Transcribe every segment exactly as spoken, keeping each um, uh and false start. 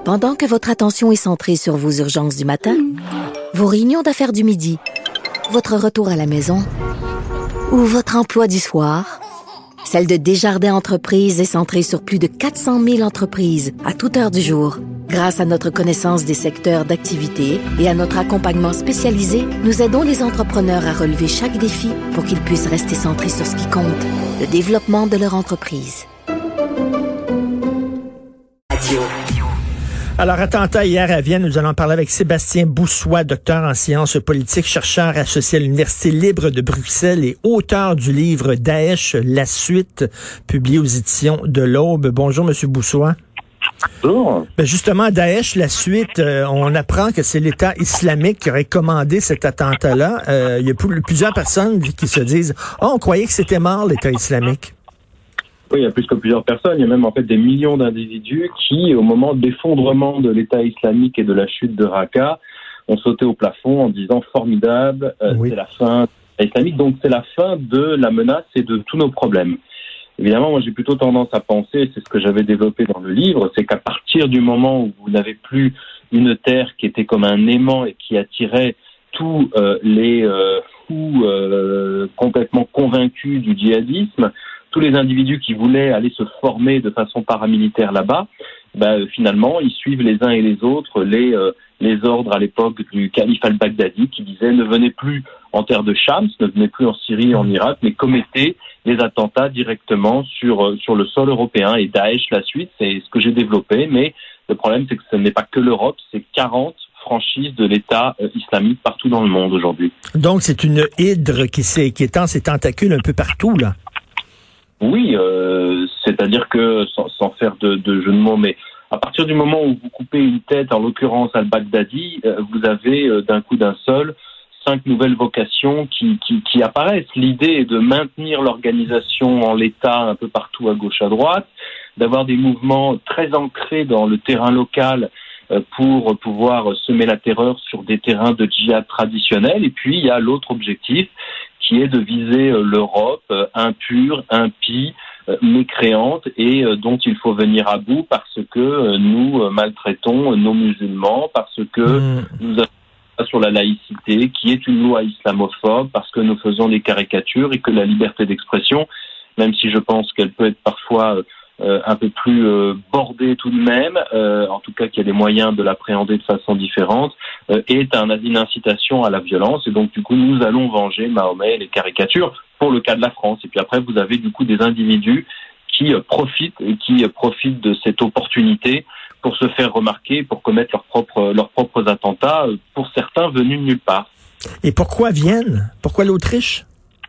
Pendant que votre attention est centrée sur vos urgences du matin, vos réunions d'affaires du midi, votre retour à la maison ou votre emploi du soir, celle de Desjardins Entreprises est centrée sur plus de quatre cent mille entreprises à toute heure du jour. Grâce à notre connaissance des secteurs d'activité et à notre accompagnement spécialisé, nous aidons les entrepreneurs à relever chaque défi pour qu'ils puissent rester centrés sur ce qui compte, le développement de leur entreprise. Alors, attentat hier à Vienne, nous allons parler avec Sébastien Boussois, docteur en sciences politiques, chercheur associé à l'Université libre de Bruxelles et auteur du livre Daesh, la suite, publié aux éditions de l'Aube. Bonjour, Monsieur Boussois. Bonjour. Ben justement, Daesh, la suite, euh, on apprend que c'est l'État islamique qui aurait commandé cet attentat-là. Euh, il y a plus, plusieurs personnes qui se disent « Ah, oh, on croyait que c'était mort, l'État islamique ». Oui, il y a plus que plusieurs personnes. Il y a même en fait des millions d'individus qui, au moment de l'effondrement de l'État islamique et de la chute de Raqqa, ont sauté au plafond en disant « formidable, euh, oui. c'est la fin de l'État islamique ». Donc c'est la fin de la menace et de tous nos problèmes. Évidemment, moi j'ai plutôt tendance à penser, c'est ce que j'avais développé dans le livre, c'est qu'à partir du moment où vous n'avez plus une terre qui était comme un aimant et qui attirait tous euh, les euh, fous euh, complètement convaincus du djihadisme, tous les individus qui voulaient aller se former de façon paramilitaire là-bas, ben, finalement, ils suivent les uns et les autres les, euh, les ordres à l'époque du calife al-Baghdadi qui disait ne venez plus en terre de Shams, ne venez plus en Syrie, en Irak, mais commettez les attentats directement sur, euh, sur le sol européen. Et Daesh, la suite, c'est ce que j'ai développé, mais le problème, c'est que ce n'est pas que l'Europe, c'est quarante franchises de l'État euh, islamique partout dans le monde aujourd'hui. Donc, c'est une hydre qui, s'est, qui étend ses tentacules un peu partout, là. Oui, euh, c'est-à-dire que, sans, sans faire de, de jeu de mots, mais à partir du moment où vous coupez une tête, en l'occurrence al-Baghdadi, euh, vous avez euh, d'un coup d'un seul cinq nouvelles vocations qui, qui, qui apparaissent. L'idée est de maintenir l'organisation en l'état un peu partout à gauche à droite, d'avoir des mouvements très ancrés dans le terrain local euh, pour pouvoir semer la terreur sur des terrains de djihad traditionnels. Et puis il y a l'autre objectif, qui est de viser l'Europe euh, impure, impie, euh, mécréante et euh, dont il faut venir à bout parce que euh, nous euh, maltraitons euh, nos musulmans, parce que mmh. nous avons sur la laïcité, qui est une loi islamophobe, parce que nous faisons des caricatures et que la liberté d'expression, même si je pense qu'elle peut être parfois euh, un peu plus euh, bordée tout de même, euh, en tout cas qu'il y a des moyens de l'appréhender de façon différente, euh, est un, une incitation à la violence. Et donc du coup, nous allons venger Mahomet et les caricatures pour le cas de la France. Et puis après, vous avez du coup des individus qui euh, profitent et qui euh, profitent de cette opportunité pour se faire remarquer, pour commettre leurs propres, leurs propres attentats, euh, pour certains venus de nulle part. Et pourquoi Vienne? Pourquoi l'Autriche?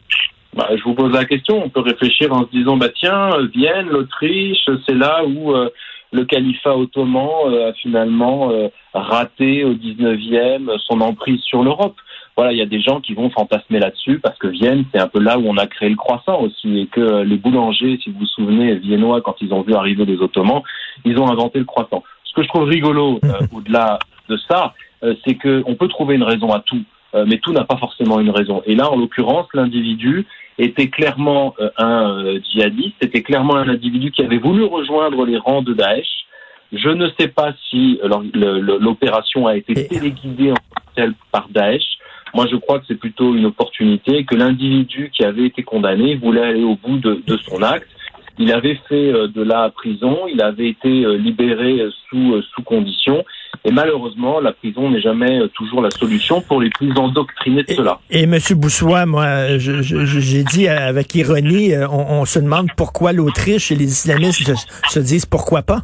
Bah, je vous pose la question, on peut réfléchir en se disant, bah tiens, Vienne, l'Autriche, c'est là où euh, le califat ottoman euh, a finalement euh, raté au dix-neuvième son emprise sur l'Europe. Voilà, il y a des gens qui vont fantasmer là-dessus parce que Vienne, c'est un peu là où on a créé le croissant aussi, et que euh, les boulangers, si vous vous souvenez, viennois, quand ils ont vu arriver les Ottomans, ils ont inventé le croissant. Ce que je trouve rigolo, euh, au-delà de ça, euh, c'est qu'on peut trouver une raison à tout. Euh, mais tout n'a pas forcément une raison. Et là, en l'occurrence, l'individu était clairement euh, un euh, djihadiste, était clairement un individu qui avait voulu rejoindre les rangs de Daesh. Je ne sais pas si euh, le, le, l'opération a été téléguidée en telle par Daesh. Moi, je crois que c'est plutôt une opportunité, que l'individu qui avait été condamné voulait aller au bout de, de son acte. Il avait fait euh, de la prison, il avait été euh, libéré euh, sous, euh, sous condition. Et malheureusement, la prison n'est jamais euh, toujours la solution pour les plus endoctrinés de cela. Et, et M. Boussois, moi, je, je, j'ai dit avec ironie, on, on se demande pourquoi l'Autriche et les islamistes se, se disent pourquoi pas.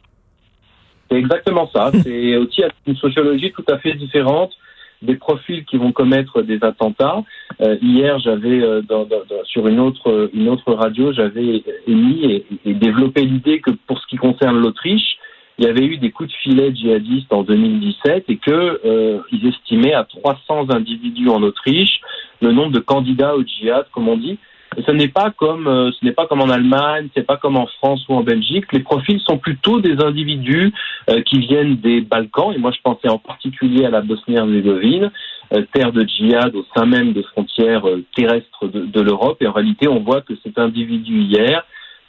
C'est exactement ça. C'est aussi une sociologie tout à fait différente des profils qui vont commettre des attentats. Euh, hier, j'avais euh, dans, dans, dans, sur une autre une autre radio, j'avais émis et, et développé l'idée que pour ce qui concerne l'Autriche, il y avait eu des coups de filet djihadistes en deux mille dix-sept et que euh, ils estimaient à trois cents individus en Autriche le nombre de candidats au djihad, comme on dit. Et ce n'est pas comme euh, ce n'est pas comme en Allemagne, c'est pas comme en France ou en Belgique. Les profils sont plutôt des individus euh, qui viennent des Balkans. Et moi, je pensais en particulier à la Bosnie-Herzégovine, euh, terre de djihad au sein même des frontières euh, terrestres de, de l'Europe. Et en réalité, on voit que cet individu hier,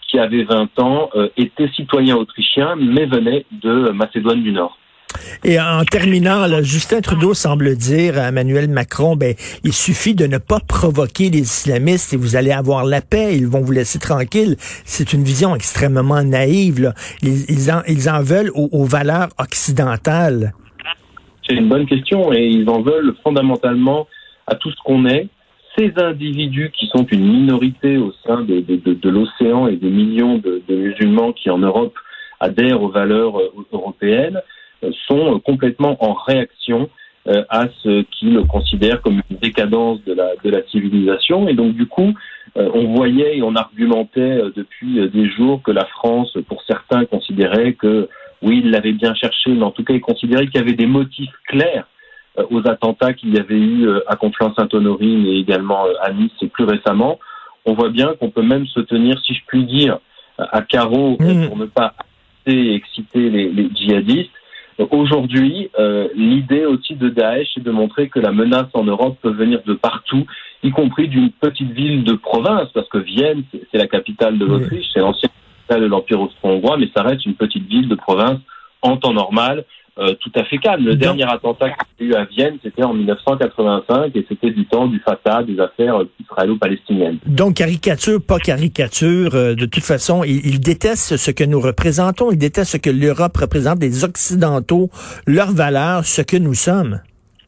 qui avait vingt ans, euh, était citoyen autrichien, mais venait de Macédoine du Nord. Et en terminant, là, Justin Trudeau semble dire à Emmanuel Macron, ben, il suffit de ne pas provoquer les islamistes et vous allez avoir la paix, ils vont vous laisser tranquille. C'est une vision extrêmement naïve, là. Ils, ils, en, ils en veulent aux, aux valeurs occidentales. C'est une bonne question et ils en veulent fondamentalement à tout ce qu'on est. Ces individus qui sont une minorité au sein de, de, de, de l'océan et des millions de, de musulmans qui en Europe adhèrent aux valeurs européennes, sont complètement en réaction euh, à ce qu'ils considèrent comme une décadence de la, de la civilisation. Et donc, du coup, euh, on voyait et on argumentait euh, depuis euh, des jours que la France, pour certains, considérait que, oui, il l'avait bien cherché, mais en tout cas, ils considéraient qu'il y avait des motifs clairs euh, aux attentats qu'il y avait eu euh, à Conflans-Sainte-Honorine et également euh, à Nice et plus récemment. On voit bien qu'on peut même se tenir, si je puis dire, à carreau mmh. pour ne pas exciter, exciter les, les djihadistes. Aujourd'hui, euh, l'idée aussi de Daesh est de montrer que la menace en Europe peut venir de partout, y compris d'une petite ville de province, parce que Vienne, c'est, c'est la capitale de l'Autriche, oui. C'est l'ancienne capitale de l'Empire austro-hongrois, mais ça reste une petite ville de province en temps normal, euh, tout à fait calme. Le Donc, dernier attentat qu'il y a eu à Vienne, c'était en dix-neuf cent quatre-vingt-cinq, et c'était du temps du Fatah, des affaires israélo-palestiniennes. Donc, caricature, pas caricature, euh, de toute façon, ils, ils détestent ce que nous représentons, ils détestent ce que l'Europe représente, les Occidentaux, leurs valeurs, ce que nous sommes.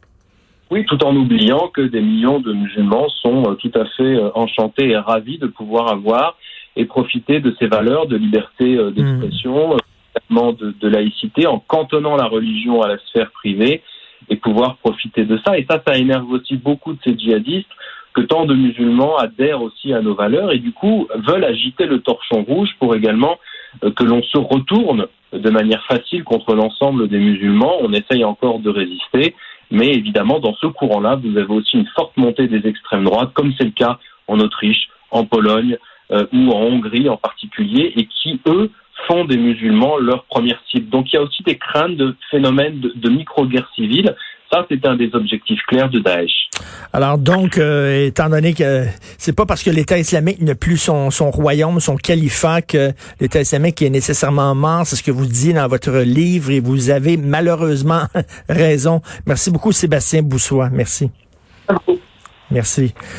Oui, tout en oubliant que des millions de musulmans sont euh, tout à fait euh, enchantés et ravis de pouvoir avoir et profiter de ces valeurs de liberté euh, d'expression, mmh. De, de laïcité, en cantonnant la religion à la sphère privée et pouvoir profiter de ça. Et ça, ça énerve aussi beaucoup de ces djihadistes que tant de musulmans adhèrent aussi à nos valeurs et du coup veulent agiter le torchon rouge pour également euh, que l'on se retourne de manière facile contre l'ensemble des musulmans. On essaye encore de résister, mais évidemment, dans ce courant-là, vous avez aussi une forte montée des extrêmes droites, comme c'est le cas en Autriche, en Pologne euh, ou en Hongrie en particulier, et qui, eux, font des musulmans leur première cible. Donc il y a aussi des craintes de phénomènes de, de micro-guerre civile. Ça, c'est un des objectifs clairs de Daesh. Alors donc, euh, étant donné que c'est pas parce que l'État islamique n'a plus son, son royaume, son califat, que l'État islamique est nécessairement mort, c'est ce que vous dites dans votre livre et vous avez malheureusement raison. Merci beaucoup Sébastien Boussois. Merci. Merci. Merci.